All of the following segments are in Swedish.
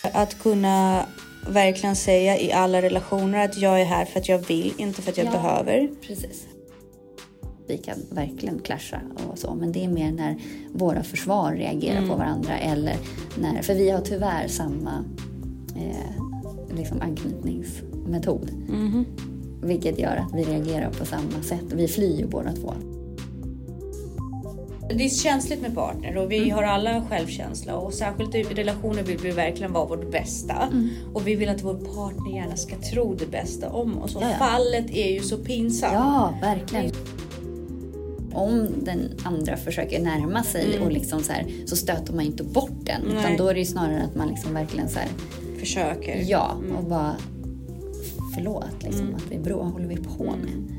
att kunna verkligen säga i alla relationer att jag är här för att jag vill, inte för att jag behöver. Precis. Vi kan verkligen clasha och så, men det är mer när våra försvar reagerar på varandra, eller när, för vi har tyvärr samma liksom anknytningsmetod, vilket gör att vi reagerar på samma sätt. Vi flyr ju båda två. Det är känsligt med partner och vi har alla självkänsla, och särskilt i relationer vill vi verkligen vara vårt bästa och vi vill att vår partner gärna ska tro det bästa om oss, och fallet är ju så pinsamt. Ja, verkligen. Om den andra försöker närma sig och liksom så här, så stöter man inte bort den. Nej. Utan då är det ju snarare att man liksom verkligen så här, försöker. Ja, och bara förlåt liksom, att vad håller vi på med?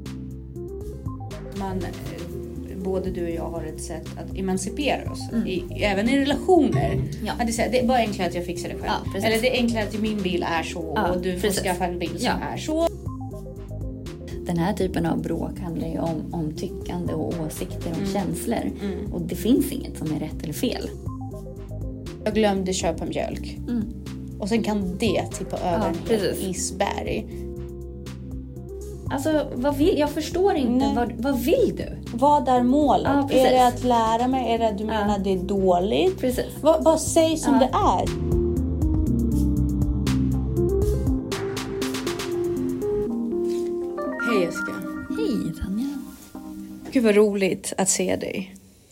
Både du och jag har ett sätt att emancipera oss. Även i relationer. Ja. Att det är bara enklare att jag fixar det själv. Ja, eller det är enklare att min bil är så och du får skaffa en bil som är så. Den här typen av bråk handlar ju om tyckande och åsikter och känslor. Och det finns inget som är rätt eller fel. Jag glömde köpa mjölk. Och sen kan det tippa över en isberg. Alltså, jag förstår inte. Vad vill du? Vad är målet? Ja, är det att lära mig? Är det att du menar det är dåligt? Precis. Vad säg som det är. Hej Jessica. Hej Tanja. Gud vad roligt att se dig.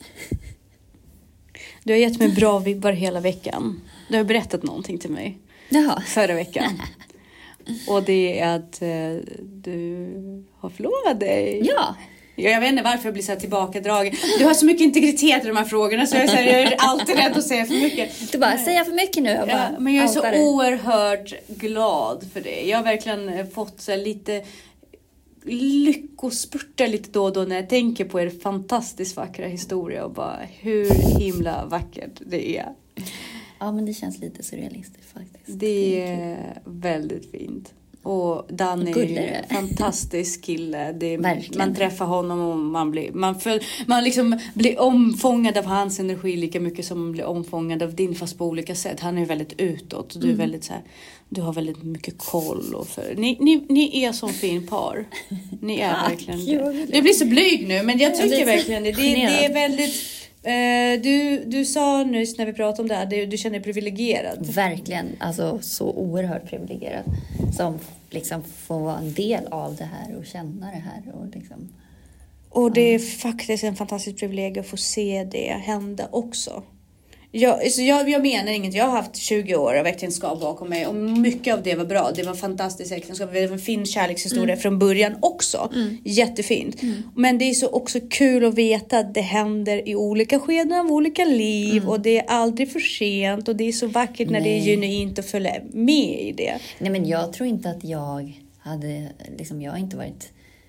Du har gett mig bra vibbar hela veckan. Du har berättat någonting till mig. Jaha. Förra veckan. Och det är att du har förlovat dig. Ja. Jag vet inte varför jag blir så här tillbakadragen. Du har så mycket integritet i de här frågorna, så jag är alltid rädd att säga för mycket. Du bara, säger för mycket nu? Men jag är så oerhört glad för det. Jag har verkligen fått så lite lyckospurta lite då och då när jag tänker på er fantastiskt vackra historia och bara hur himla vackert det är. Ja, men det känns lite surrealistiskt faktiskt. Det är väldigt fint. Och Dan är ju en fantastisk kille. Man träffar honom och man liksom blir omfångad av hans energi lika mycket som man blir omfångad av din, fast på olika sätt. Han är väldigt utåt och du är väldigt så här, du har väldigt mycket koll. Och ni är som fin par. Ni är verkligen det. Du blir så blyg nu, men jag tycker verkligen det. Det är väldigt... Du sa nyss när vi pratade om det här, du känner dig privilegierad. Verkligen, alltså så oerhört privilegierad. Som liksom får vara en del av det här och känna det här. Och det är faktiskt en fantastisk privilegium att få se det hända också. Jag menar inget. Jag har haft 20 år av äktenskap bakom mig och mycket av det var bra. Det var fantastiskt äktenskap. Det var en fin kärlekshistoria från början också. Jättefint. Men det är så också kul att veta att det händer i olika skeden av olika liv och det är aldrig för sent och det är så vackert när det är genuint att följa med i det. Nej, men jag tror inte att jag hade jag har inte varit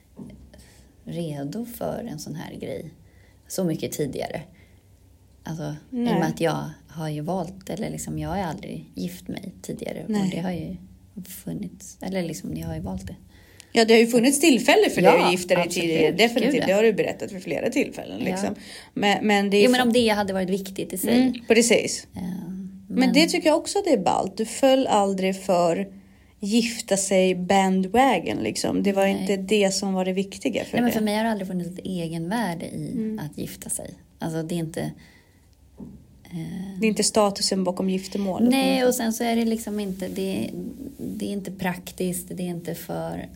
redo för en sån här grej så mycket tidigare. Alltså, i och med att jag har ju valt, eller jag har ju aldrig gift mig tidigare. Och det har ju funnits, eller jag har ju valt det. Ja, det har ju funnits tillfälle för dig att gifta dig tidigare. Definitivt, det har du berättat för flera tillfällen. Men det är men om det hade varit viktigt i sig. Precis. Men det tycker jag också att det är ballt. Du föll aldrig för gifta sig bandwagon. Det var inte det som var det viktiga för dig. Men för mig har det aldrig funnits ett egenvärde i att gifta sig. Alltså det är inte... Det är inte statusen bakom giftermålet. Nej, och sen så är det inte det är inte praktiskt, det är inte för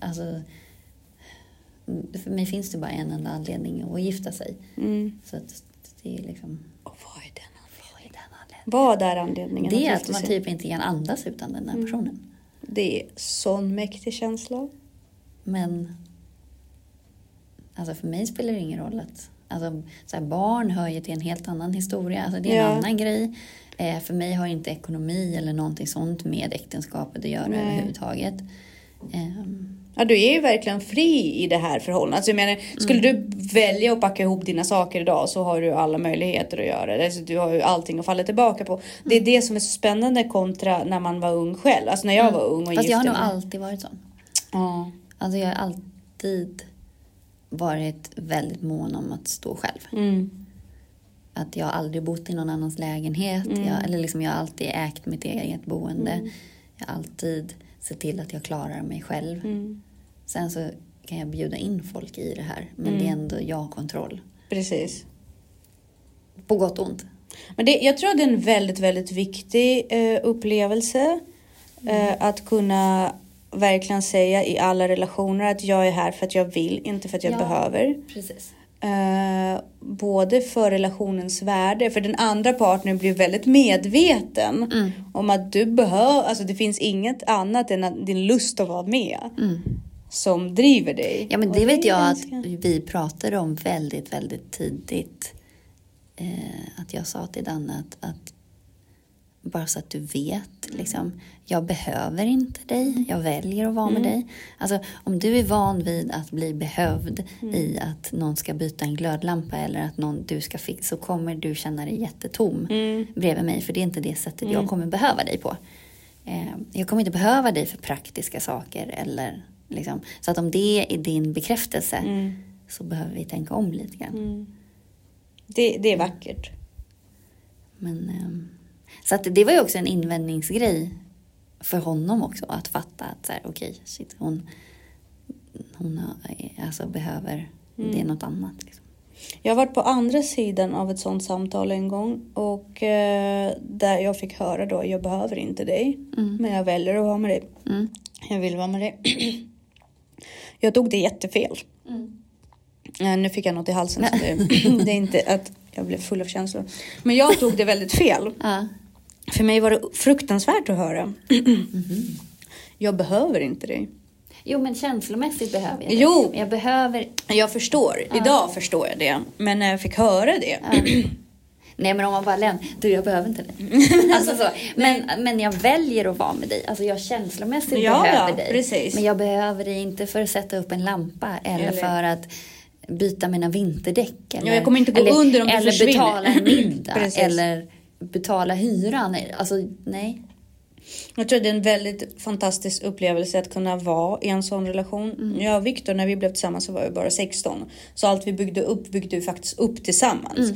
mig finns det bara en enda anledning att gifta sig. Så att det är Och vad är den anledningen? Vad är anledningen? Det är att man typ inte kan andas utan den här personen. Det är sån mäktig känsla. Men för mig spelar det ingen roll att barn hör ju till en helt annan historia. Det är en annan grej. För mig har inte ekonomi eller någonting sånt med äktenskapet att göra överhuvudtaget. Ja, du är ju verkligen fri i det här förhållandet. Jag menar, skulle du välja att packa ihop dina saker idag så har du alla möjligheter att göra det. Du har ju allting att falla tillbaka på. Det är det som är så spännande kontra när man var ung själv. När jag var ung och fast jag har nog alltid varit sån. Ja. Jag har alltid varit väldigt mån om att stå själv. att jag aldrig bott i någon annans lägenhet. Jag har alltid ägt mitt eget boende. Jag har alltid sett till att jag klarar mig själv. Sen så kan jag bjuda in folk i det här. Men det är ändå jag har kontroll. Precis. På gott och ont. Men jag tror att det är en väldigt, väldigt viktig upplevelse. Att kunna verkligen säga i alla relationer att jag är här för att jag vill, inte för att jag behöver. Precis. Både för relationens värde, för den andra partnern blir väldigt medveten om att du behöver, alltså det finns inget annat än att din lust att vara med som driver dig. Ja, men det vet jag att vi pratade om väldigt, väldigt tidigt. Att jag sa till Danne att bara så att du vet, liksom, jag behöver inte dig, jag väljer att vara med dig. Alltså om du är van vid att bli behövd i att någon ska byta en glödlampa eller att du ska fixa, så kommer du känna dig jättetom bredvid mig, för det är inte det sättet jag kommer behöva dig på. Jag kommer inte behöva dig för praktiska saker eller liksom, så att om det är din bekräftelse så behöver vi tänka om lite grann. Det är vackert. Men så att det var ju också en invändningsgrej för honom också, att fatta att så här, okej, shit, hon alltså behöver det är något annat liksom. Jag har varit på andra sidan av ett sånt samtal en gång, och där jag fick höra då, jag behöver inte dig, men jag väljer att vara med dig. Jag vill vara med dig. Jag tog det jättefel. Nu fick jag något i halsen, så det är inte att jag blev full av känslor. Men jag tog det väldigt fel. För mig var det fruktansvärt att höra. Jag behöver inte dig. Jo, men känslomässigt behöver jag det. Jo, jag behöver. Jag förstår. Idag förstår jag det. Men när jag fick höra det. Nej, men om man bara jag behöver inte dig. Alltså så. Men jag väljer att vara med dig. Alltså jag känslomässigt behöver dig. Precis. Men jag behöver dig inte för att sätta upp en lampa. Eller för att byta mina vinterdäck. Eller, jag kommer inte gå under om du eller försvinner. Betala en middag. Eller betala hyran. Alltså, nej. Jag tror det är en väldigt fantastisk upplevelse att kunna vara i en sån relation. Jag och Victor, när vi blev tillsammans, så var vi bara 16. Så allt vi byggde vi faktiskt upp tillsammans.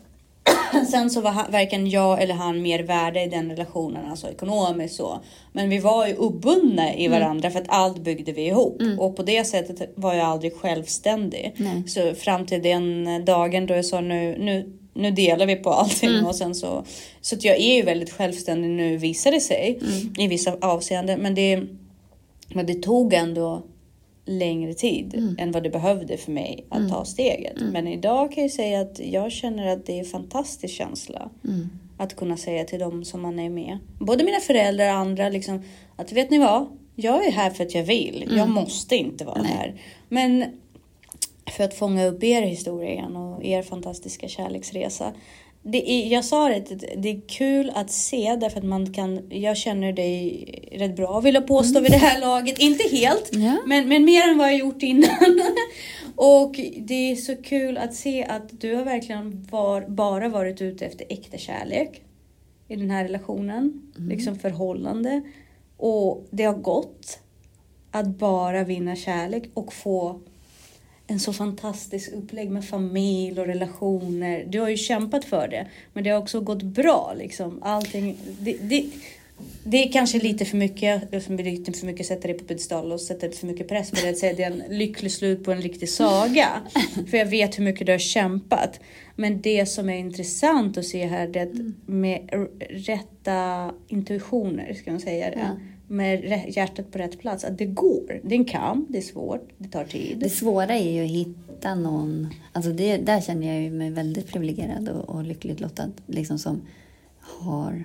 Sen så var varken jag eller han mer värde i den relationen, alltså ekonomiskt så. Men vi var ju uppbundna i varandra för att allt byggde vi ihop. Och på det sättet var jag aldrig självständig. Så fram till den dagen då jag sa nu delar vi på allting. Och sen så att jag är ju väldigt självständig nu, visar det sig i vissa avseenden. Men det tog ändå längre tid än vad det behövde för mig att ta steget. Men idag kan jag säga att jag känner att det är en fantastisk känsla att kunna säga till dem som man är med. Både mina föräldrar och andra liksom, att vet ni vad? Jag är här för att jag vill. Jag måste inte vara här. Men för att fånga upp er historia igen och er fantastiska kärleksresa. Jag sa det är kul att se, därför att jag känner dig rätt bra, vill jag påstå vid det här laget. Inte helt, men mer än vad jag gjort innan. Och det är så kul att se att du har verkligen bara varit ute efter äkta kärlek i den här relationen. Liksom förhållande. Och det har gått att bara vinna kärlek och få en så fantastisk upplägg med familj och relationer. Du har ju kämpat för det, men det har också gått bra liksom. Allting, det är kanske lite för mycket sätta det på pedestal och sätta för mycket press på det, att säga det är en lycklig slut på en riktig saga. För jag vet hur mycket du har kämpat. Men det som är intressant att se här, det är att med rätta intuitioner, ska man säga det. Med hjärtat på rätt plats, att det går. Det är en kamp, det är svårt, det tar tid. Det svåra är ju att hitta någon, alltså där känner jag mig väldigt privilegierad och lyckligt lottad, liksom, som har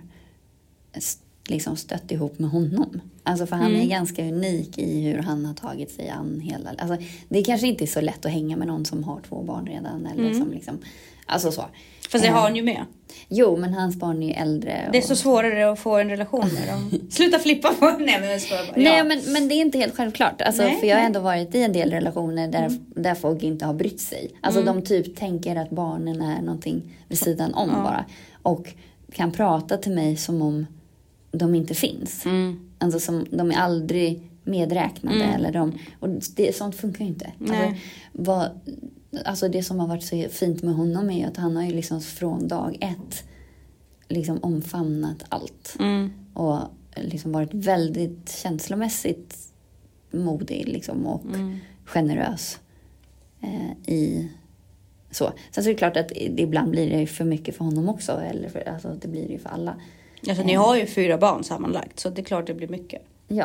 liksom stött ihop med honom. Alltså för han är ganska unik i hur han har tagit sig an hela, alltså det kanske inte är så lätt att hänga med någon som har 2 barn redan eller som liksom, alltså så. Fast det har han ju med. Jo, men hans barn är ju äldre. Det är så svårare att få en relation med dem. Sluta flippa på. Nej, men jag skojar bara. Nej, men det är inte helt självklart. Alltså, för jag har ändå varit i en del relationer där folk inte har brytt sig. Alltså de typ tänker att barnen är någonting vid sidan om bara. Och kan prata till mig som om de inte finns. Alltså som de är aldrig medräknade. Eller och sånt funkar ju inte. Alltså, alltså det som har varit så fint med honom är att han har ju liksom från dag 1 liksom omfamnat allt. Och liksom varit väldigt känslomässigt modig liksom, och generös i så. Sen så är det klart att ibland blir det för mycket för honom också. Eller alltså, det blir det ju för alla. Alltså, ni har ju 4 barn sammanlagt, så det är klart det blir mycket. Ja.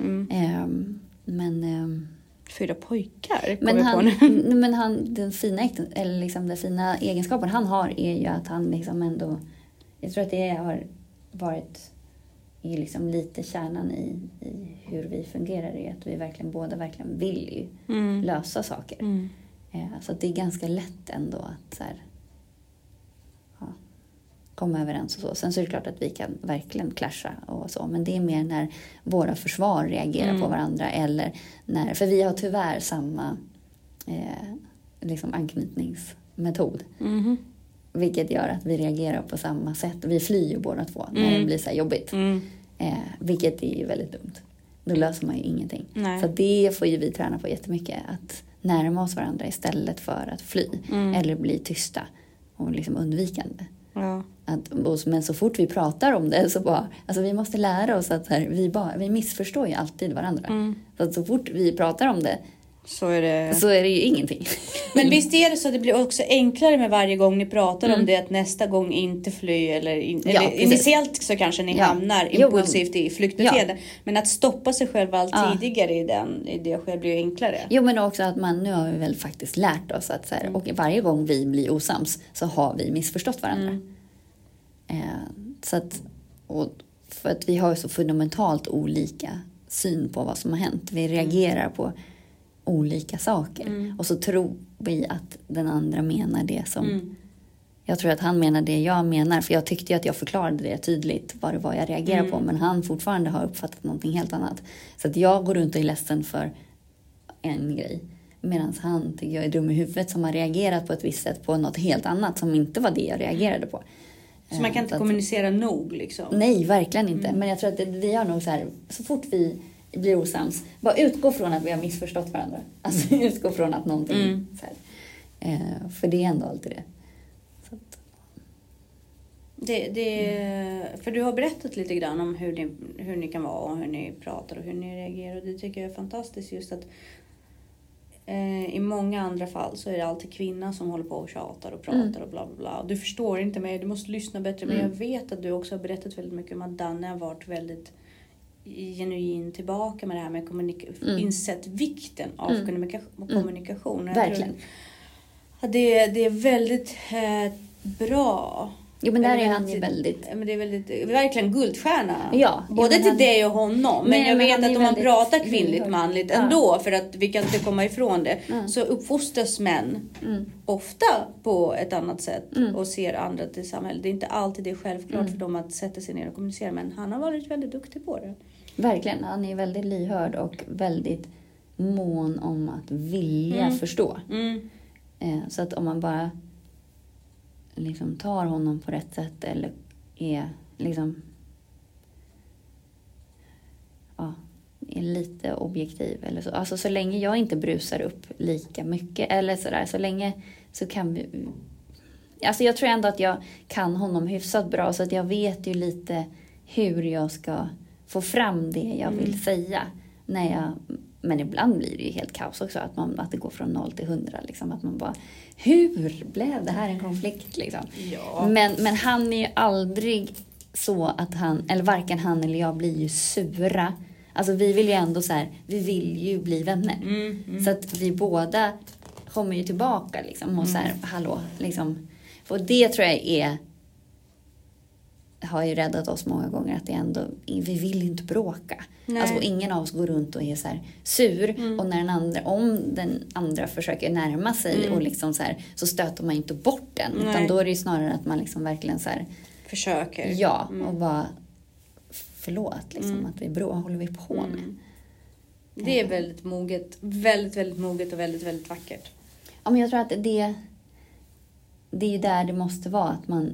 Men 4 pojkar. Men han, den fina egenskapen han har är ju att han liksom ändå, jag tror att det har varit liksom lite kärnan i hur vi fungerar, är att vi båda verkligen vill ju lösa saker. Så att det är ganska lätt ändå att så här, komma överens och så. Sen så är det klart att vi kan verkligen clasha och så. Men det är mer när våra försvar reagerar på varandra. Eller när, för vi har tyvärr samma liksom anknytningsmetod. Vilket gör att vi reagerar på samma sätt. Vi flyr ju båda två när det blir så här jobbigt. Vilket är ju väldigt dumt. Då löser man ju ingenting. Nej. Så det får ju vi träna på jättemycket. Att närma oss varandra istället för att fly. Eller bli tysta och liksom undvikande. Ja. Men så fort vi pratar om det så bara, alltså vi måste lära oss att vi missförstår ju alltid varandra. Så fort vi pratar om det så är det ju ingenting. Men visst är det så att det blir också enklare med varje gång ni pratar om det, att nästa gång inte fly eller initiellt så kanske ni hamnar impulsivt i flyktbeteende. Men att stoppa sig själv tidigare i det sker blir ju enklare. Jo, men också att nu har vi väl faktiskt lärt oss att så här, och varje gång vi blir osams så har vi missförstått varandra. Så att, och för att vi har så fundamentalt olika syn på vad som har hänt. Vi reagerar på olika saker. Och så tror vi att den andra menar det som jag tror att han menar det jag menar. För jag tyckte att jag förklarade det tydligt vad det var jag reagerade på. Men han fortfarande har uppfattat någonting helt annat. Så att jag går runt och är ledsen för en grej. Medan han tycker jag är dum i huvudet som har reagerat på ett visst sätt på något helt annat som inte var det jag reagerade på. Så man kan inte kommunicera nog liksom? Nej, verkligen inte. Men jag tror att vi har nog så här, så fort vi blir osams, bara utgå från att vi har missförstått varandra. Alltså utgå från att någonting så här. För det är ändå alltid det. Så att. För du har berättat lite grann om hur ni kan vara och hur ni pratar och hur ni reagerar. Och det tycker jag är fantastiskt, just att i många andra fall så är det alltid kvinnan som håller på och tjatar och pratar och bla bla bla. Du förstår inte mig, du måste lyssna bättre. Men jag vet att du också har berättat väldigt mycket om att Danne har varit väldigt genuin tillbaka med det här med insett vikten av kommunikation. Verkligen. Det är väldigt bra. Jo, men där är han ju väldigt. Men det är verkligen guldstjärna. Ja, både till dig och honom. Men jag vet att om man pratar kvinnligt manligt ändå, för att vi kan inte komma ifrån det, så uppfostras män ofta på ett annat sätt och ser andra till samhället. Det är inte alltid det är självklart för dem att sätta sig ner och kommunicera, men han har varit väldigt duktig på det. Verkligen, han är väldigt lyhörd och väldigt mån om att vilja förstå. Så att om man bara liksom tar honom på rätt sätt eller är liksom är lite objektiv eller så. Alltså så länge jag inte brusar upp lika mycket eller sådär, så länge så kan vi. Alltså jag tror ändå att jag kan honom hyfsat bra, så att jag vet ju lite hur jag ska få fram det jag vill säga men ibland blir det ju helt kaos också, att det går från 0 till 100 liksom, att man bara, hur blev det här en konflikt liksom? Ja. Men han är ju aldrig så att varken han eller jag blir ju sura. Alltså vi vill ju ändå så här, vi vill ju bli vänner. Så att vi båda kommer ju tillbaka liksom och så här, hallå liksom. Och det tror jag har ju räddat oss många gånger, att det ändå, vi vill inte bråka. Alltså ingen av oss går runt och är så här sur, och när om den andra försöker närma sig och liksom så här, så stöter man inte bort den, utan då är det ju snarare att man liksom verkligen så här försöker. Ja, och bara förlåt liksom att vi håller vi på med. Det är väldigt moget, väldigt väldigt moget och väldigt väldigt vackert. Ja, men jag tror att det är ju där det måste vara, att man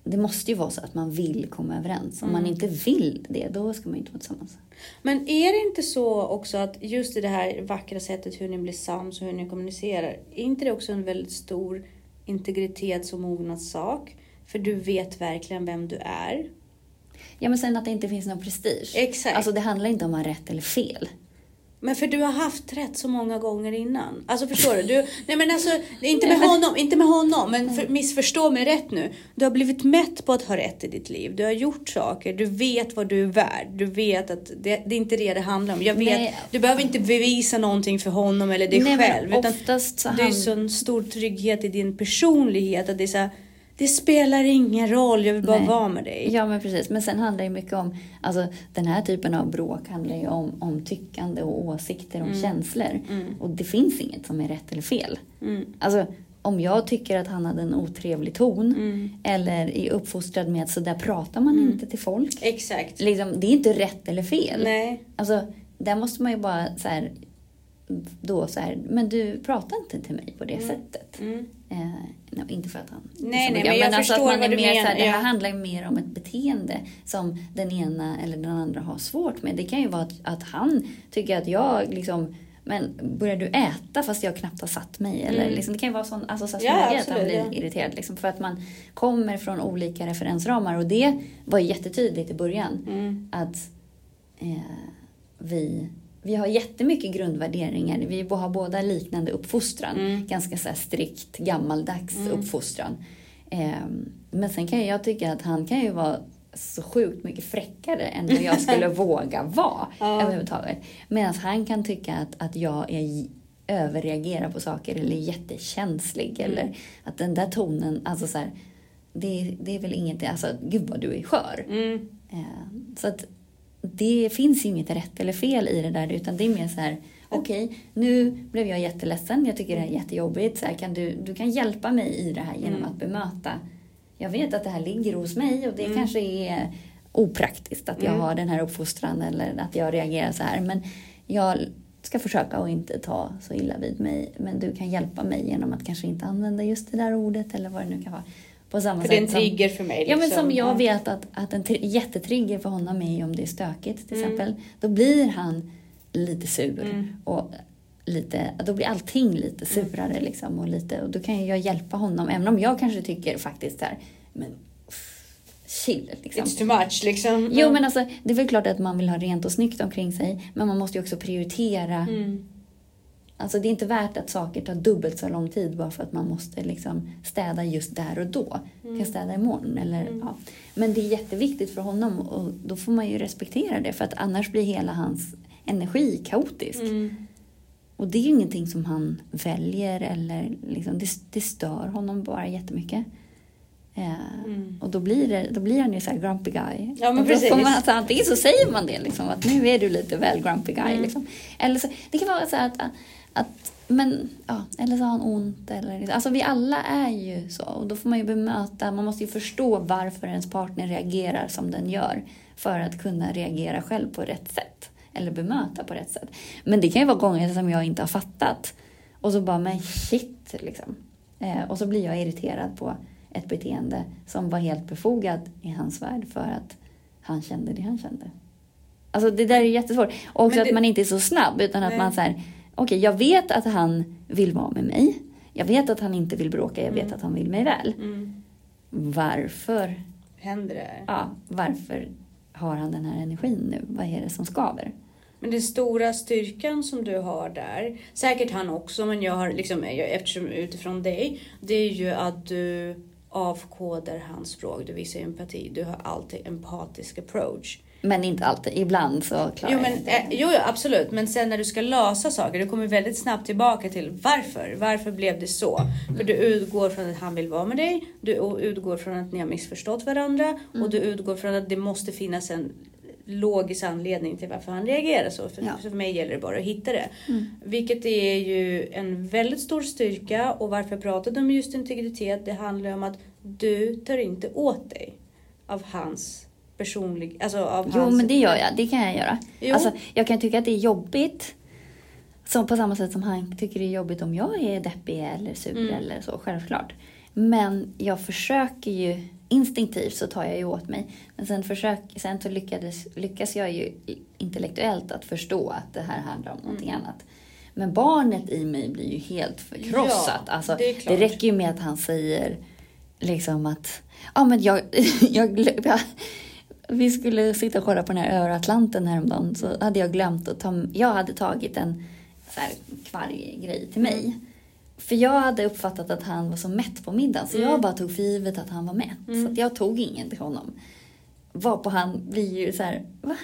det måste ju vara så att man vill komma överens. Om man inte vill det, då ska man inte vara tillsammans. Men är det inte så också att just i det här vackra sättet hur ni blir sams och hur ni kommunicerar, är inte det också en väldigt stor integritets- och mognadssak? För du vet verkligen vem du är. Ja, men sen att det inte finns någon prestige. Exakt. Alltså det handlar inte om att ha rätt eller fel. Men för du har haft rätt så många gånger innan. Alltså förstår du? Nej men alltså, inte med honom, men missförstå mig rätt nu. Du har blivit mätt på att ha rätt i ditt liv. Du har gjort saker, du vet vad du är värd. Du vet att det är inte det handlar om. Jag vet, du behöver inte bevisa någonting för honom eller dig själv. Utan det är så en stor trygghet i din personlighet. Att det är så här, det spelar ingen roll, jag vill bara vara med dig. Ja, men precis. Men sen handlar det mycket om, alltså den här typen av bråk handlar ju om tyckande och åsikter, om känslor. Och det finns inget som är rätt eller fel. Alltså, om jag tycker att han hade en otrevlig ton eller är uppfostrad med att så där pratar man inte till folk. Exakt. Liksom, det är inte rätt eller fel. Nej. Alltså, där måste man ju bara så här, men du pratar inte till mig på det sättet. Inte för att han... Nej, men jag alltså förstår att man vad är du mer, menar. Så här, det här handlar ju mer om ett beteende som den ena eller den andra har svårt med. Det kan ju vara att han tycker att jag liksom... Men börjar du äta fast jag knappt har satt mig? Eller liksom, det kan ju vara sån, alltså, så att han blir irriterad. Liksom, för att man kommer från olika referensramar. Och det var jättetydligt i början. Att vi har jättemycket grundvärderingar. Vi har båda liknande uppfostran. Ganska så här strikt, gammaldags uppfostran. Men sen kan jag tycka att han kan ju vara så sjukt mycket fräckare än vad jag skulle våga vara överhuvudtaget. Medan han kan tycka att jag överreagerar på saker eller är jättekänslig. Eller att den där tonen, alltså så här, det är väl inget, alltså gud vad du är skör. Så att det finns ju inget rätt eller fel i det där, utan det är mer så här, okej, nu blev jag jätteledsen, jag tycker det här är jättejobbigt, så här, du kan hjälpa mig i det här genom att bemöta. Jag vet att det här ligger hos mig och det kanske är opraktiskt att jag har den här uppfostran eller att jag reagerar så här, men jag ska försöka att inte ta så illa vid mig, men du kan hjälpa mig genom att kanske inte använda just det där ordet eller vad det nu kan vara. På samma för sätt det är en trigger för mig. Liksom. Ja, men som jag vet att en jättetrigger för honom är om det är stökigt till exempel. Då blir han lite sur och då blir allting lite surare liksom, och då kan jag hjälpa honom, även om jag kanske tycker faktiskt där, men chill liksom. It's too much liksom. Jo, men alltså det är väl klart att man vill ha rent och snyggt omkring sig, men man måste ju också prioritera. Alltså det är inte värt att saker tar dubbelt så lång tid bara för att man måste liksom städa just där och då. Kan städa imorgon eller ja. Men det är jätteviktigt för honom och då får man ju respektera det, för att annars blir hela hans energi kaotisk. Och det är ju ingenting som han väljer eller liksom, det stör honom bara jättemycket. Och då blir han ju så här grumpy guy. Ja, men precis. Alltså, antingen så säger man det liksom, att nu är du lite väl grumpy guy liksom. Eller så, det kan vara så här eller så har han ont eller, alltså vi alla är ju så, och då får man ju bemöta, man måste ju förstå varför ens partner reagerar som den gör för att kunna reagera själv på rätt sätt eller bemöta på rätt sätt. Men det kan ju vara gånger som jag inte har fattat och så bara, men shit liksom. Och så blir jag irriterad på ett beteende som var helt befogat i hans värld för att han kände det han kände. Alltså det där är jättesvårt. Och också att man inte är så snabb, utan att man så här, okej, jag vet att han vill vara med mig. Jag vet att han inte vill bråka. Jag vet att han vill mig väl. Varför händer det? Ja, varför har han den här energin nu? Vad är det som skaver? Men den stora styrkan som du har där, säkert han också, men jag har liksom, eftersom utifrån dig, det är ju att du avkodar hans språk, du visar empati, du har alltid empatisk approach. Men inte alltid, ibland så klarar jag inte. Jo, absolut, men sen när du ska lösa saker, du kommer väldigt snabbt tillbaka till varför blev det så? För du utgår från att han vill vara med dig, du utgår från att ni har missförstått varandra och du utgår från att det måste finnas en logisk anledning till varför han reagerar så. För mig gäller det bara att hitta det. Vilket är ju en väldigt stor styrka. Och varför jag pratade om just integritet, det handlar om att du tar inte åt dig av hans personlig... Alltså av jo, hans... men det gör jag. Det kan jag göra. Jo. Alltså, jag kan tycka att det är jobbigt. Som på samma sätt som han tycker det är jobbigt om jag är deppig eller sur eller så, självklart. Men jag försöker ju instinktivt så tar jag ju åt mig. Men sen så lyckas jag ju intellektuellt att förstå att det här handlar om någonting annat. Men barnet i mig blir ju helt förkrossat. Ja, alltså, det räcker ju med att han säger liksom att men vi skulle sitta och kolla på den här över Atlanten häromdagen, så hade jag glömt att jag hade tagit en så här kvarggrej till mig. För jag hade uppfattat att han var så mätt på middagen. Så jag bara tog för givet att han var mätt. Så att jag tog ingen till honom. Varpå han blir ju så här, va?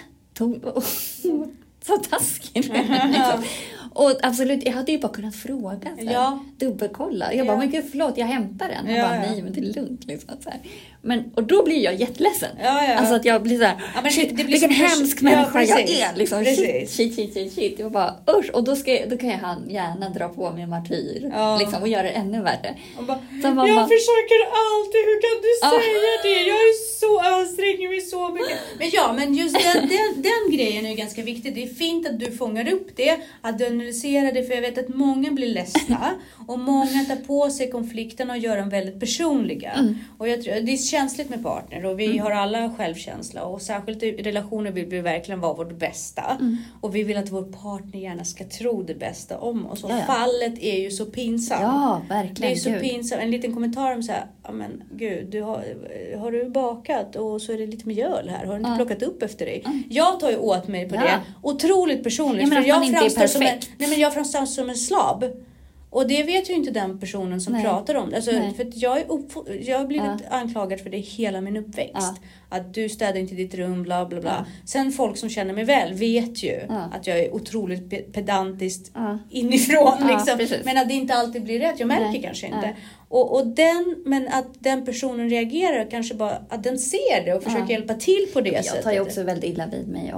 Så taskig. Liksom. Och absolut, jag hade ju bara kunnat fråga. Så här, dubbelkolla. Jag bara, men gud förlåt, jag hämtar den. Han bara, nej men det är lugnt. Liksom, så här. Och då blir jag jätteledsen. Alltså att jag blir så här, shit, det blir vilken hemsk människa jag är. Liksom, shit. Jag bara, usch. Och då kan han gärna dra på mig martyr. Liksom, och göra det ännu värre. Jag försöker alltid, hur kan du säga det? Jag är så anstränger mig så mycket. Men just den grejen är ganska viktig. Det är fint att du fångar upp det. Att du analyserar det. För jag vet att många blir ledsna. Och många tar på sig konflikten och gör dem väldigt personliga. Och jag tror, det är känsligt med partner. Och vi har alla självkänsla. Och särskilt i relationer vill vi verkligen vara vårt bästa. Och vi vill att vår partner gärna ska tro det bästa om oss. Och fallet är ju så pinsamt. Ja, verkligen. Det är så pinsamt. En liten kommentar om så här, men gud, har du bakat och så är det lite mjöl här. Har du inte plockat upp efter dig? Jag tar ju åt mig på det. Otroligt personligt. För jag framstår som en slav. Och det vet ju inte den personen som pratar om det. Alltså, för att jag har blivit anklagad för det hela min uppväxt. Att du städar inte ditt rum, bla bla bla. Sen folk som känner mig väl vet ju att jag är otroligt pedantiskt inifrån. Liksom. Men att det inte alltid blir rätt. Jag märker kanske inte. Men att den personen reagerar kanske bara att den ser det och försöker hjälpa till på det sättet. Jag tar ju också väldigt illa vid mig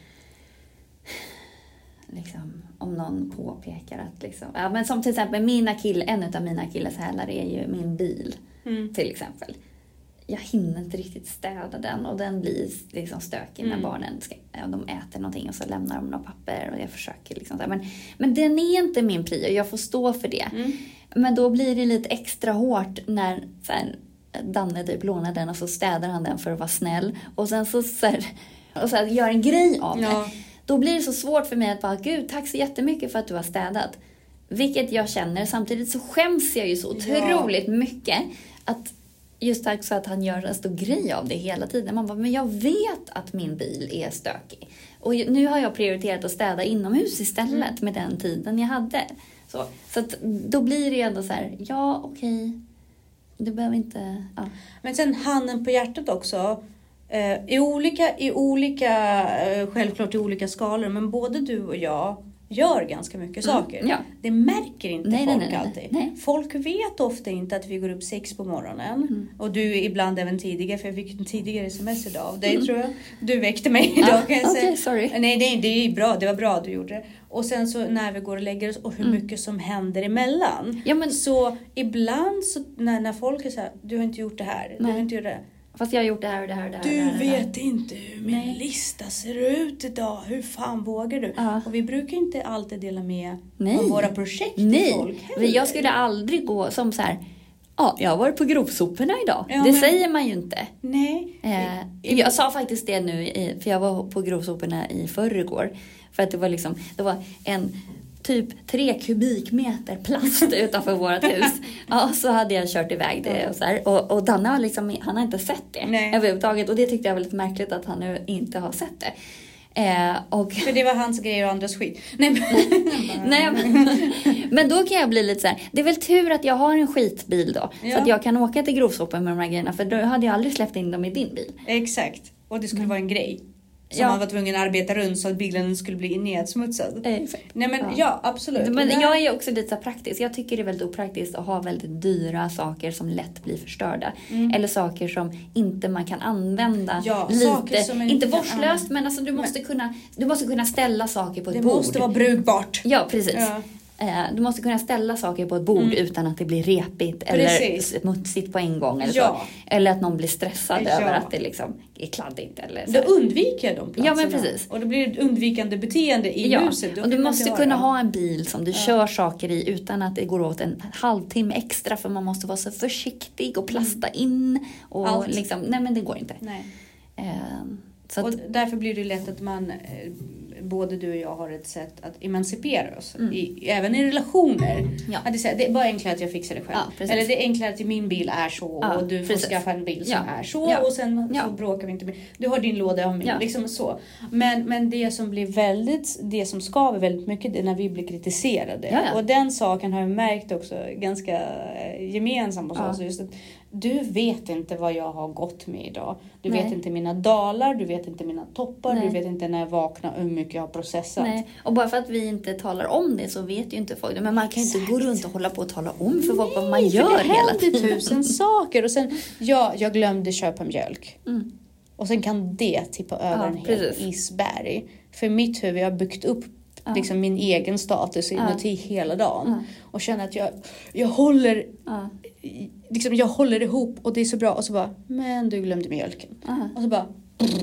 om någon påpekar att liksom, men som till exempel en av mina akilleshälar är ju min bil till exempel. Jag hinner inte riktigt städa den och den blir liksom stökig när barnen de äter någonting och så lämnar de några papper och jag försöker liksom så här, men den är inte min prio, jag får stå för det. Men då blir det lite extra hårt när så här, Danne typ lånar den och så städar han den för att vara snäll och sen så här, gör en grej av det. Då blir det så svårt för mig att bara, gud, tack så jättemycket för att du har städat. Vilket jag känner. Samtidigt så skäms jag ju så otroligt mycket. Att just tack så att han gör en stor grej av det hela tiden. Man bara, men jag vet att min bil är stökig. Och nu har jag prioriterat att städa inomhus istället med den tiden jag hade. Så att då blir det ändå så här, okej. Du behöver inte... Ja. Men sen handen på hjärtat också... I olika självklart i olika skalor, men både du och jag gör ganska mycket saker. Det märker inte folk alltid. Nej. Folk vet ofta inte att vi går upp 6 på morgonen. Och du ibland även tidigare, för jag fick en tidigare sms idag av dig tror jag. Du väckte mig idag kan jag säga. Okay, sorry. Nej, det är bra. Det var bra du gjorde det. Och sen så när vi går och lägger oss och hur mycket som händer emellan. Så ibland så när folk är så här, du har inte gjort det här, du har inte gjort det. Fast jag har gjort det här och det här och det här. Du vet inte hur min lista ser ut idag. Hur fan vågar du? Och vi brukar inte alltid dela med om våra projekt till folk heller. Jag skulle aldrig gå som så här... jag har varit på grovsoporna idag. Det säger man ju inte. Nej. Jag sa faktiskt det nu, för jag var på grovsoporna i förrgår. För att det var en... typ 3 kubikmeter plast utanför vårt hus. Så hade jag kört iväg det och så här. Och Danne har han har inte sett det överhuvudtaget. Och det tyckte jag var lite märkligt att han nu inte har sett det. För det var hans grejer och andras skit. Men då kan jag bli lite så här. Det är väl tur att jag har en skitbil då. Så att jag kan åka till grovsopen med de här grejerna. För då hade jag aldrig släppt in dem i din bil. Exakt. Och det skulle vara en grej. Som man var tvungen att arbeta runt så att bilen skulle bli nedsmutsad. Nej men absolut. Men jag är också lite så praktisk. Jag tycker det är väldigt opraktiskt att ha väldigt dyra saker som lätt blir förstörda. Eller saker som inte man kan använda lite. Inte vårdslöst, men alltså du måste kunna ställa saker på ett bord. Det måste vara brukbart. Ja, precis. Du måste kunna ställa saker på ett bord utan att det blir repigt eller smutsigt på en gång. Eller, så. Eller att någon blir stressad över att det liksom är kladdigt. Eller så. Då undviker de platserna. Ja, men precis. Och det blir ett undvikande beteende i huset. Och du måste kunna ha en bil som du kör saker i utan att det går åt en halvtimme extra. För man måste vara så försiktig och plasta in. Och liksom, nej, men det går inte. Nej. Så och därför blir det lätt att man... både du och jag har ett sätt att emancipera oss. Även i relationer. Ja. Att det är bara enklare att jag fixar det själv. Ja, eller det är enklare att min bil är så. Och du får skaffa en bil som är så. Ja. Och sen så bråkar vi inte mer. Du har din låda, jag har min. Ja. Liksom så. Men det som blir det som skaver väldigt mycket, det är när vi blir kritiserade. Ja, ja. Och den saken har jag märkt också ganska gemensamt hos oss. Just att du vet inte vad jag har gått med idag. Du vet inte mina dalar, du vet inte mina toppar, du vet inte när jag vaknar hur mycket jag har processat. Nej. Och bara för att vi inte talar om det så vet ju inte folk det. Men man kan ju inte gå runt och hålla på och tala om för folk vad man gör hela tiden. Det händer 1000 saker. Och sen, jag glömde köpa mjölk. Och sen kan det tippa över en hel isberg. För mitt huvud, jag har byggt upp liksom min egen status inuti hela dagen. Och känner att jag håller... Liksom, jag håller ihop och det är så bra. Och så bara, men du glömde mjölken. Och så bara...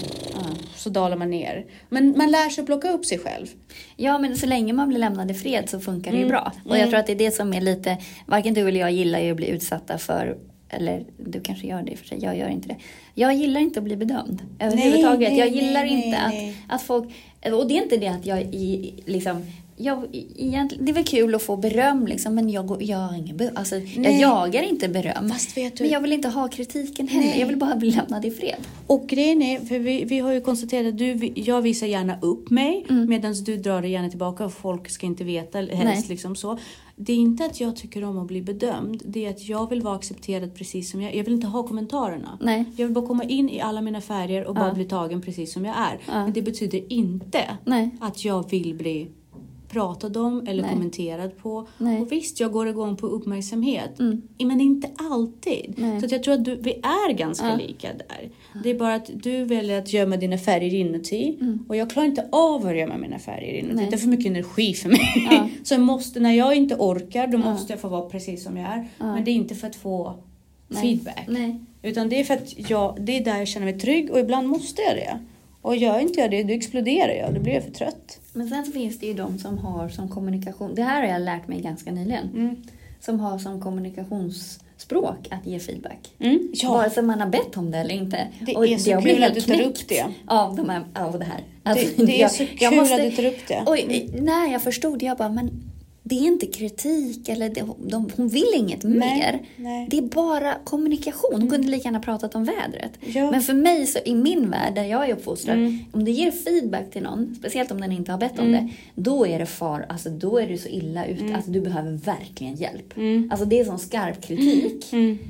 Så dalar man ner. Men man lär sig att plocka upp sig själv. Ja, men så länge man blir lämnad i fred så funkar det ju bra. Och jag tror att det är det som är lite... Varken du eller jag gillar ju att bli utsatta för... Eller du kanske gör det för sig. Jag gör inte det. Jag gillar inte att bli bedömd. Överhuvudtaget. Jag gillar inte att folk... Och det är inte det att jag liksom... det är väl kul att få beröm liksom, men jag har ingen jag jagar inte beröm. Fast vet du, men jag vill inte ha kritiken heller. Jag vill bara bli lämnad i fred. Och grejen är, för vi har ju konstaterat att jag visar gärna upp mig medan du drar det gärna tillbaka och folk ska inte veta helst liksom så. Det är inte att jag tycker om att bli bedömd. Det är att jag vill vara accepterad precis som jag är. Jag vill inte ha kommentarerna. Nej. Jag vill bara komma in i alla mina färger och bara bli tagen precis som jag är. Men det betyder inte att jag vill bli pratad om eller kommenterad på. Nej. Och visst, jag går igång på uppmärksamhet. Men inte alltid. Nej. Så att jag tror att vi är ganska lika där. Det är bara att du väljer att gömma dina färger inuti. Och jag klarar inte av att gömma mina färger inuti. Nej. Det är för mycket energi för mig. Så jag måste, när jag inte orkar, då måste jag få vara precis som jag är. Men det är inte för att få feedback. Nej. Utan det är för att det är där jag känner mig trygg. Och ibland måste jag det. Och gör inte jag det, då exploderar jag. Då blir jag för trött. Men sen så finns det ju de som har som kommunikation... Det här har jag lärt mig ganska nyligen. Som har som kommunikationsspråk att ge feedback. Vare sig man har bett om det eller inte. Det är så kul att du tar upp det. Av det här. Alltså, det är så kul att du tar upp det. När jag förstod det, jag bara... Men det är inte kritik eller hon vill inget mer. Nej. Det är bara kommunikation. Hon kunde lika gärna pratat om vädret. Ja. Men för mig så i min värld där jag är uppfostrad, om det ger feedback till någon, speciellt om den inte har bett om det, då är det då är det så illa ut. Alltså du behöver verkligen hjälp. Alltså det är sån skarp kritik.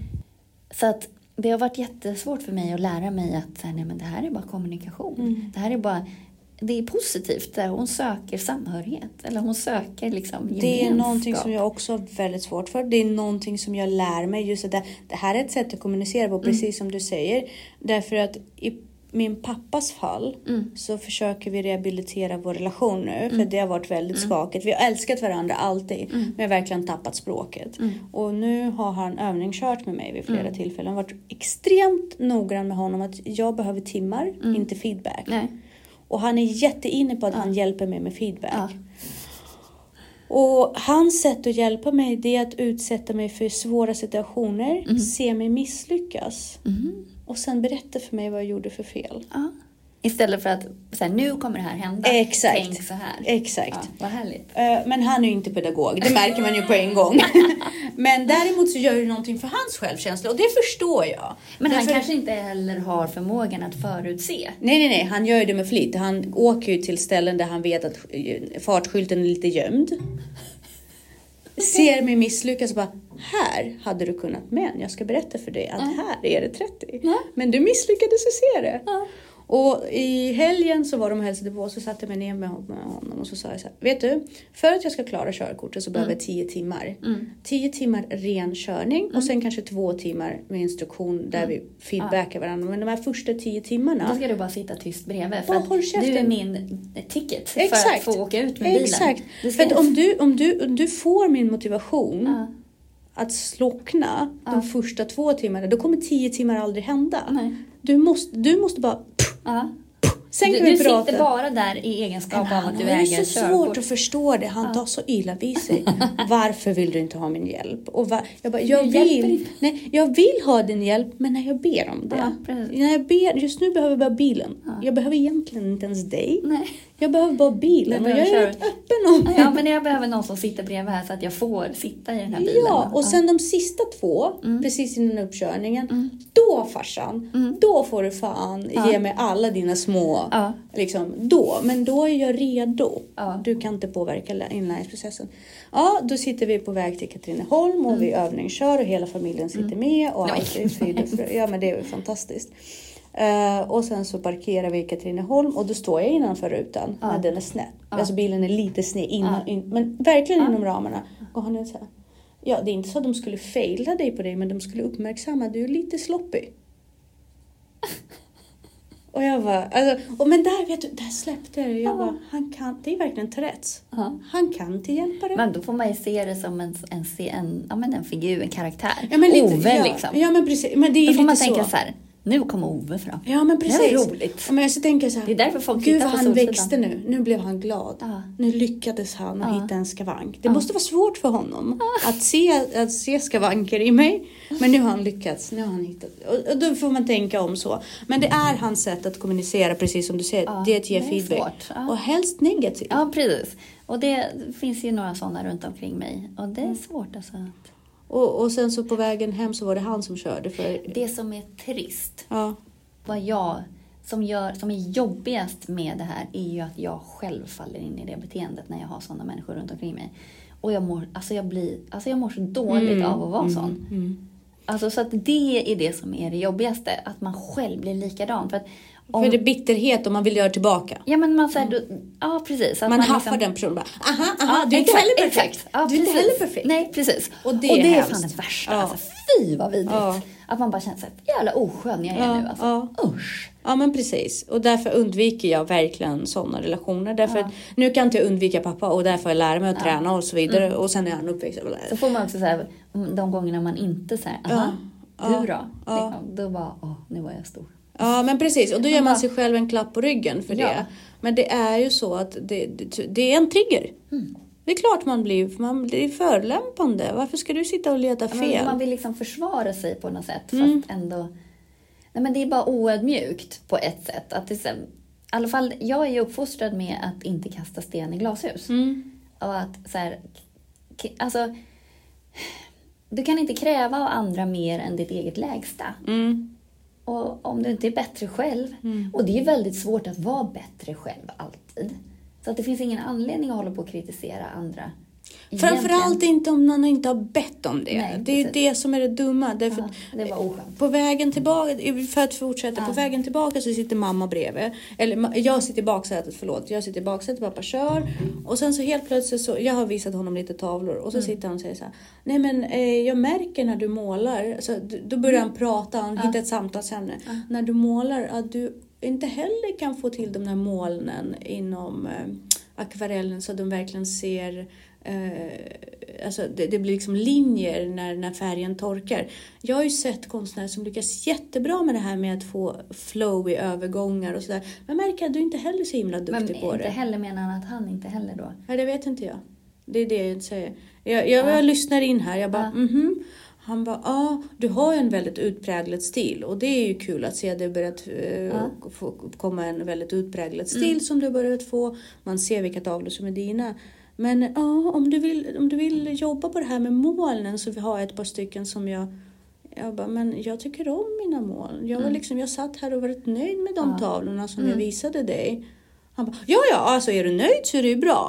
Så att det har varit jättesvårt för mig att lära mig att nej, men det här är bara kommunikation. Det här är bara... Det är positivt där hon söker samhörighet. Eller hon söker liksom gemenskap. Det är någonting som jag också har väldigt svårt för. Det är någonting som jag lär mig. Just att det här är ett sätt att kommunicera på. Precis som du säger. Därför att i min pappas fall så försöker vi rehabilitera vår relation nu. För det har varit väldigt skakigt. Vi har älskat varandra alltid. Men vi har verkligen tappat språket. Och nu har han övningskört med mig vid flera tillfällen. Jag har varit extremt noggrann med honom. Att jag behöver timmar, inte feedback. Nej. Och han är jätteinne på att han hjälper mig med feedback. Ja. Och hans sätt att hjälpa mig, det är att utsätta mig för svåra situationer. Se mig misslyckas. Och sen berätta för mig vad jag gjorde för fel. Ja. Istället för att så här, nu kommer det här hända. Exakt. Tänk så här. Exakt. Ja, vad härligt. Men han är ju inte pedagog. Det märker man ju på en gång. Men däremot så gör det någonting för hans självkänsla. Och det förstår jag. Men han kanske inte heller har förmågan att förutse. Nej. Han gör ju det med flit. Han åker ju till ställen där han vet att fartskylten är lite gömd. Ser mig misslyckas och bara, här hade du kunnat, men jag ska berätta för dig att här är det 30. Men du misslyckades och ser det. Och i helgen så var de och hälsade på, så satte jag mig ner med honom och så sa jag så här: vet du, för att jag ska klara körkortet så behöver jag 10 timmar. 10 timmar ren körning och sen kanske 2 timmar med instruktion där vi feedbackar varandra. Men de här första 10 timmarna... Då ska du bara sitta tyst bredvid, för att du är min ticket för att få åka ut med bilen. Exakt, för att om du får min motivation att slockna de första 2 timmarna, då kommer 10 timmar aldrig hända. Nej. Du måste bara... Sen kan du prata. sitter bara där i egenskap av att du äger körkort. Det är så svårt att förstå det. Han tar så illa vid sig. Varför vill du inte ha min hjälp? Och jag vill ha din hjälp, men när jag ber om det. När jag ber, just nu behöver jag bara bilen. Jag behöver egentligen inte ens dig. Nej. Jag behöver bara bilen. Jag är rätt öppen om. Ja, men jag behöver någon som sitter bredvid här så att jag får sitta i den här bilen. Ja, och sen de sista 2, precis innan uppkörningen, då farsan, då får du fan ge mig alla dina små, liksom, då. Men då är jag redo. Du kan inte påverka inlärningsprocessen. Ja, då sitter vi på väg till Katrineholm och vi övningskör och hela familjen sitter med och allt är frid. Ja, men det är ju fantastiskt. Och sen så parkerar vi i Katrineholm och då står jag innanför rutan när den är snett. Alltså bilen är lite sned innan, men verkligen inom ramarna. Och han är så här: ja, det är inte så att de skulle faila dig på dig, men de skulle uppmärksamma att du är lite sloppy. Och jag bara, alltså, men där vet du, där släppte det. Jag bara, han kan, det är verkligen Tourettes. Han kan inte hjälpa det. Men då får man ju se det som en figur, en karaktär. Ja, men lite, Ove liksom. Ja, men precis. Men det är då får man så. tänka så här: nu kommer Ove fram. Ja, men precis. Det är roligt. Ja, men jag så tänker så här, det är därför folk gud tittar vad på han Solsidan. växte nu. Nu blev han glad. Nu lyckades han att hitta en skavank. Det måste vara svårt för honom att se skavanker i mig. Men nu har han lyckats. Nu har han hittat. Och då får man tänka om så. Men det är hans sätt att kommunicera, precis som du säger. Det är att ge feedback. Och helst negativt. Ja, precis. Och det finns ju några sådana runt omkring mig. Och det är svårt alltså. Och sen så på vägen hem så var det han som körde. Det som är trist, som är jobbigast med det här, är ju att jag själv faller in i det beteendet när jag har sådana människor runt omkring mig. Och jag mår så dåligt av att vara sån. Alltså, så att det är det som är det jobbigaste, att man själv blir likadan. För det är bitterhet och man vill göra tillbaka. Ja, men man säger, ja precis. Att man haffar den personen bara, aha, du är inte heller perfekt. Ja, du är inte heller perfekt. Nej, precis. Och det är fan det värsta. Alltså, fy vad vidrigt. Att man bara känner sig jävla oskön jag är nu. Alltså. Usch. Ja, men precis. Och därför undviker jag verkligen sådana relationer. Därför att nu kan inte jag undvika pappa och därför jag lära mig att träna och så vidare. Och sen är han uppväxt. Så får man också säga, de gångerna man inte säger, du då? Då bara, nu var jag stor. Ja, men precis. Och då gör man sig själv en klapp på ryggen för det. Men det är ju så att det är en trigger. Det är klart man blir förlämpande. Varför ska du sitta och leta fel? Man vill liksom försvara sig på något sätt. Fast ändå... Nej, men det är bara oödmjukt på ett sätt. Att det, i alla fall, jag är ju uppfostrad med att inte kasta sten i glashus. Och att så här... Alltså... Du kan inte kräva av andra mer än ditt eget lägsta. Och om du inte är bättre själv. Och det är väldigt svårt att vara bättre själv alltid. Så att det finns ingen anledning att hålla på att kritisera andra. Framförallt inte om någon inte har bett om det. Nej, det är ju det som är det dumma. Därför det var oskönt. På vägen tillbaka, för att fortsätta, på vägen tillbaka så sitter mamma bredvid. Eller jag sitter i baksätet, jag sitter i baksätet, pappa kör. Och sen så helt plötsligt så, jag har visat honom lite tavlor. Och så sitter han och säger så här: nej men jag märker när du målar. Så då börjar han prata, han hittar ett samtalsämne. När du målar att du inte heller kan få till de här molnen inom akvarellen så att de verkligen ser... alltså det blir liksom linjer när färgen torkar. Jag har ju sett konstnärer som lyckas jättebra med det här med att få flow i övergångar och sådär. Men jag märker att du inte heller är så himla duktig på det. Men inte heller menar han att han inte heller då? Ja, det vet inte jag. Det är det jag inte säger. Jag lyssnar in här. Jag bara, Han bara, du har ju en väldigt utpräglad stil. Och det är ju kul att se att det börjat få komma en väldigt utpräglad stil som du har börjat få. Man ser vilka tavlor som är dina. Men om du vill jobba på det här med molnen så har jag ett par stycken som jag bara, men jag tycker om mina moln. Jag satt här och varit nöjd med de tavlorna som jag visade dig. Han bara, alltså är du nöjd så är det ju bra.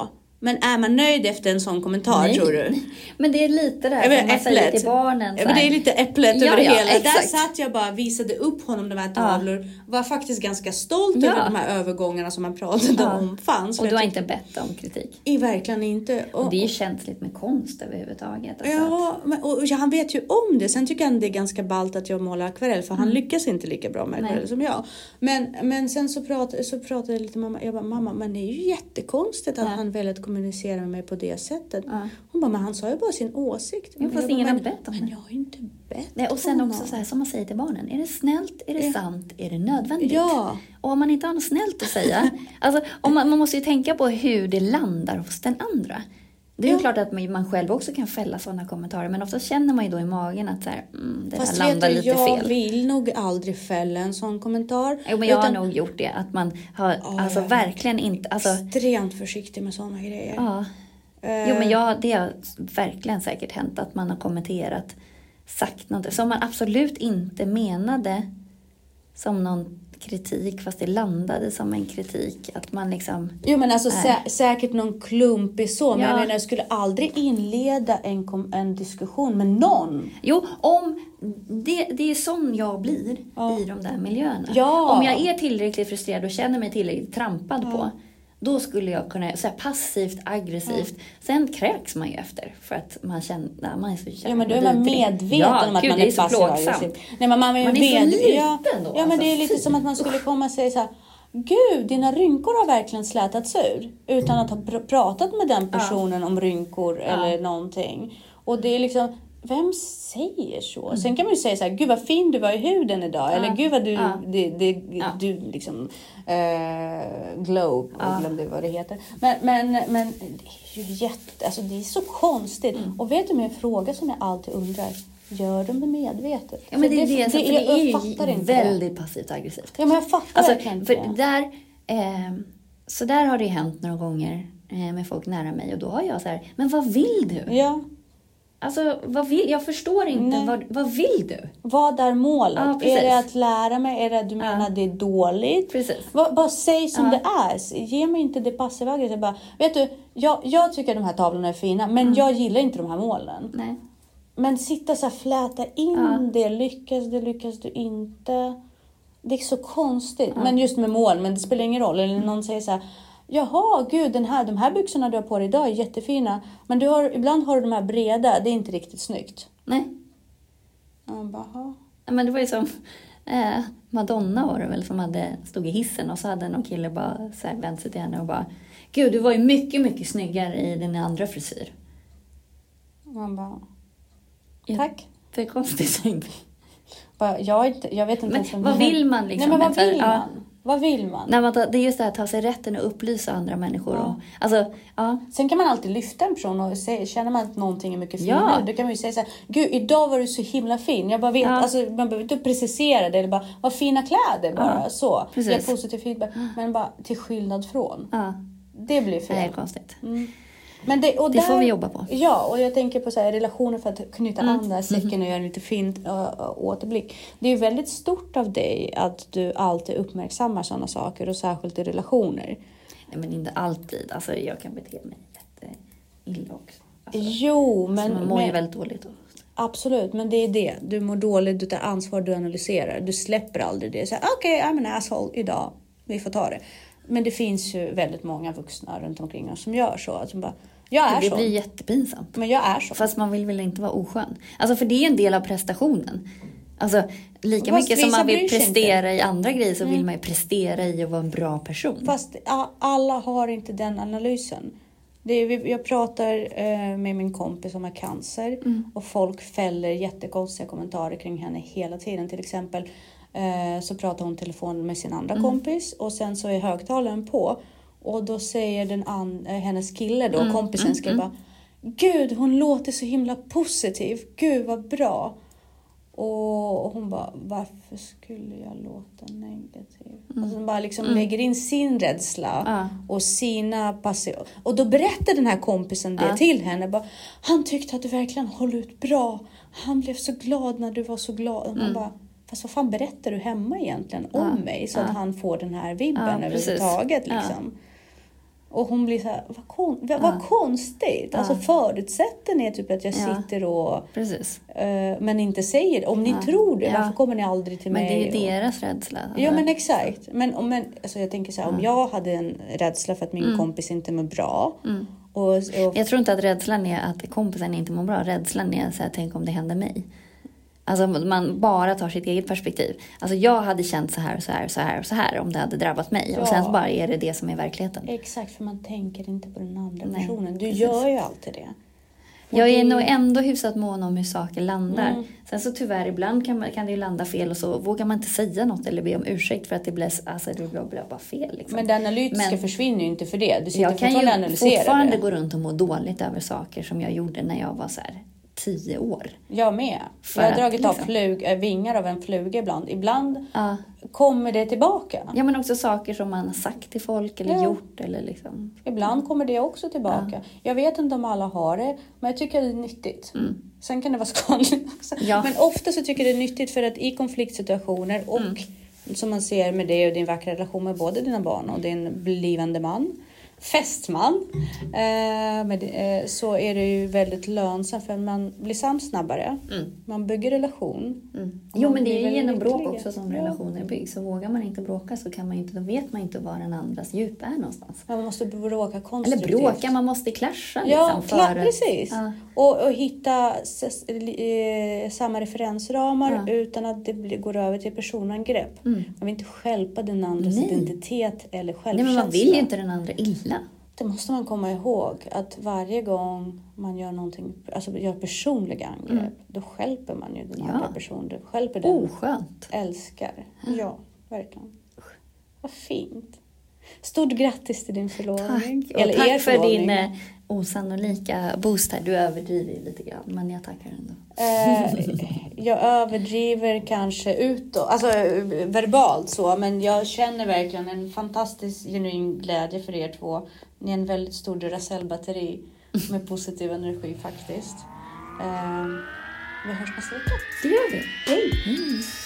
Men är man nöjd efter en sån kommentar, tror du? Men det är lite det här som man säger till barnen. Men det är lite äpplet över det hela. Exakt. Där satt jag bara visade upp honom de här tavlor. Var faktiskt ganska stolt över de här övergångarna som man pratade om fanns. Och du har inte bett om kritik? Verkligen inte. Och det är ju känsligt med konst överhuvudtaget. Ja, och han vet ju om det. Sen tycker han det är ganska ballt att jag målar akvarell. För han lyckas inte lika bra med akvarell som jag. Men sen så pratade lite mamma. Jag bara, mamma, men det är ju jättekonstigt att han väljer att kommunicera med mig på det sättet. Hon bara, men han sa ju bara sin åsikt. Fast ingen har bett om det. Men jag har ju inte bett. Nej, och sen också så här, som man säger till barnen. Är det snällt? Är det sant? Är det nödvändigt? Ja. Och om man inte har något snällt att säga. Alltså, man måste ju tänka på hur det landar hos den andra. Det är ju klart att man själv också kan fälla sådana kommentarer. Men ofta känner man ju då i magen att så här, det fast där landar lite fel. Jag vill nog aldrig fälla en sån kommentar. Jo, men jag har nog gjort det. Att man har verkligen inte... Extremt försiktig med sådana grejer. Ja. Jo, men det har verkligen säkert hänt att man har kommenterat, sagt något som man absolut inte menade som någon kritik, fast det landade som en kritik. Att man liksom... Jo, men alltså säkert någon klumpig så. Men jag menar, jag skulle aldrig inleda en diskussion med någon. Jo, det är sån jag blir i de där miljöerna. Ja. Om jag är tillräckligt frustrerad och känner mig tillräckligt trampad på, då skulle jag kunna så här, passivt, aggressivt. Sen kräks man ju efter. För att man känner, man är så jävla. Ja, men då är man medveten om att man är passiv och aggressiv. Nej, men man är så liten då. Ja, men det är lite som att man skulle komma och säga så här: Gud, dina rynkor har verkligen slätats ur. Utan att ha pratat med den personen om rynkor eller någonting. Och det är liksom... Vem säger så? Sen kan man ju säga så här: Gud vad fin du var i huden idag. Eller gud vad du liksom glow. Jag glömde vad det heter. Men det är ju alltså det är så konstigt. Och vet du, en fråga som jag alltid undrar: gör de det medvetet? Ja, men det är ju väldigt det. Passivt aggressivt. Ja, men jag fattar verkligen för det. Så där har det hänt några gånger med folk nära mig. Och då har jag så här: men vad vill du? Ja. Alltså, jag förstår inte. Vad vill du? Vad är målet? Är det att lära mig? Är det att du menar det är dåligt? Precis. Bara säg som det är. Ge mig inte det passiva aggressiva. Bara, vet du, jag tycker att de här tavlorna är fina. Men jag gillar inte de här målen. Nej. Men sitta så här, fläta in det. Lyckas du inte. Det är så konstigt. Men just med mål. Men det spelar ingen roll. Eller någon säger så här: jaha, gud, de här byxorna du har på dig idag är jättefina. Men ibland har du de här breda. Det är inte riktigt snyggt. Nej. Bara, men det var ju som Madonna var det väl, som stod i hissen. Och så hade någon kille bara så här vänt sig till henne och bara: Gud, du var ju mycket, mycket snyggare i din andra frisyr. Man bara, tack. Det är konstigt. Jag vet inte. Men vad vill man liksom? Nej, men vad vill man? Vad vill man? Det är just det här att ta sig rätten att upplysa andra människor. Sen kan man alltid lyfta en person och känner man att någonting är mycket finare. Då kan man ju säga så här: Gud, idag var du så himla fin. Jag bara vet, alltså, man behöver inte precisera det. Eller bara, vad fina kläder bara. Så. Ge positiv feedback. Men bara till skillnad från. Det blir fel. Det är konstigt. Men det får vi jobba på. Ja, och jag tänker på så här, relationer för att knyta an där säcken och göra en lite fint återblick. Det är väldigt stort av dig att du alltid uppmärksammar sådana saker, och särskilt i relationer. Nej, men inte alltid. Alltså, jag kan bete mig jätteilla också. Alltså, jo, men... man mår ju väldigt dåligt. Absolut, men det är det. Du mår dåligt, du tar ansvar, du analyserar. Du släpper aldrig det. Så okej, I'm an asshole idag. Vi får ta det. Men det finns ju väldigt många vuxna runt omkring oss som gör så. Att de bara, det blir jättepinsamt. Men jag är så. Fast man vill väl inte vara oskön. Alltså, för det är en del av prestationen. Alltså, lika mycket som man vill prestera i andra grejer, så vill man ju prestera i att vara en bra person. Fast alla har inte den analysen. Jag pratar med min kompis som har cancer. Och folk fäller jättekonstiga kommentarer kring henne hela tiden. Till exempel så pratar hon telefon med sin andra kompis. Och sen så är högtalaren på. Och då säger hennes kille då, kompisens kille bara: Gud, hon låter så himla positiv. Gud, vad bra. Och hon bara: varför skulle jag låta negativ? Alltså hon bara liksom lägger in sin rädsla och sina passiv. Och då berättar den här kompisen det till henne. Bara, han tyckte att du verkligen höll ut bra. Han blev så glad när du var så glad. Och man bara: fast vad fan berättar du hemma egentligen om mig? Så att han får den här vibben överhuvudtaget liksom. Och hon blir så här, vad konstigt. Alltså förutsätter ni typ att jag sitter och... Precis. Men inte säger det. Om ni tror det, varför kommer ni aldrig till mig? Men det är ju deras rädsla. Ja, men exakt. Men alltså jag tänker så här, om jag hade en rädsla för att min kompis inte mår bra. Och jag tror inte att rädslan är att kompisen inte mår bra. Rädslan är så här, tänk om det händer mig. Alltså man bara tar sitt eget perspektiv. Alltså jag hade känt så här och så här och så här och så här om det hade drabbat mig. Och sen så bara är det som är verkligheten. Exakt, för man tänker inte på den andra personen. Du gör ju alltid det. Och jag är nog ändå hyfsat mån om hur saker landar. Sen så tyvärr ibland kan det ju landa fel och så vågar man inte säga något eller be om ursäkt för att det blir bara fel. Liksom. Men det analytiska försvinner ju inte för det. Du sitter jag kan ju fortfarande det. gå runt och må dåligt över saker som jag gjorde när jag var så här 10 år. Jag med. Jag har dragit av vingar av en fluga ibland. Ibland kommer det tillbaka. Ja, men också saker som man har sagt till folk eller gjort. Eller liksom. Ibland kommer det också tillbaka. Jag vet inte om alla har det, men jag tycker det är nyttigt. Sen kan det vara skadligt också. Ja. Men ofta så tycker jag det är nyttigt för att i konfliktsituationer och som man ser med dig och din vackra relation med både dina barn och din blivande man, fästman, så är det ju väldigt lönsamt för man blir sams snabbare. Man bygger relation. Jo, men det är ju genom bråk också som relationer byggs. Så vågar man inte bråka så kan man inte, då vet man inte var den andras djup är någonstans. Man måste bråka konstruktivt. Eller bråka, man måste clasha. Ja, precis. Ja. Och hitta samma referensramar utan att det går över till personangrepp. Man vill inte stjälpa den andras identitet eller självkänsla. Nej, men man vill ju inte den andra illa. Det måste man komma ihåg, att varje gång man gör någonting, alltså gör personliga angrepp, då stjälper man ju den andra personen. Stjälper den. Oskönt. Älskar. Ja, verkligen. Vad fint. Stort grattis till din förlovning. Tack. Och tack för din osannolika boost här. Du överdriver ju lite grann, men jag tackar ändå. Jag överdriver kanske utåt, alltså verbalt så, men jag känner verkligen en fantastisk genuin glädje för er två. Ni är en väldigt stor Duracell-batteri med positiv energi faktiskt. Vi hörs nästa vecka. Det gör vi. Hej!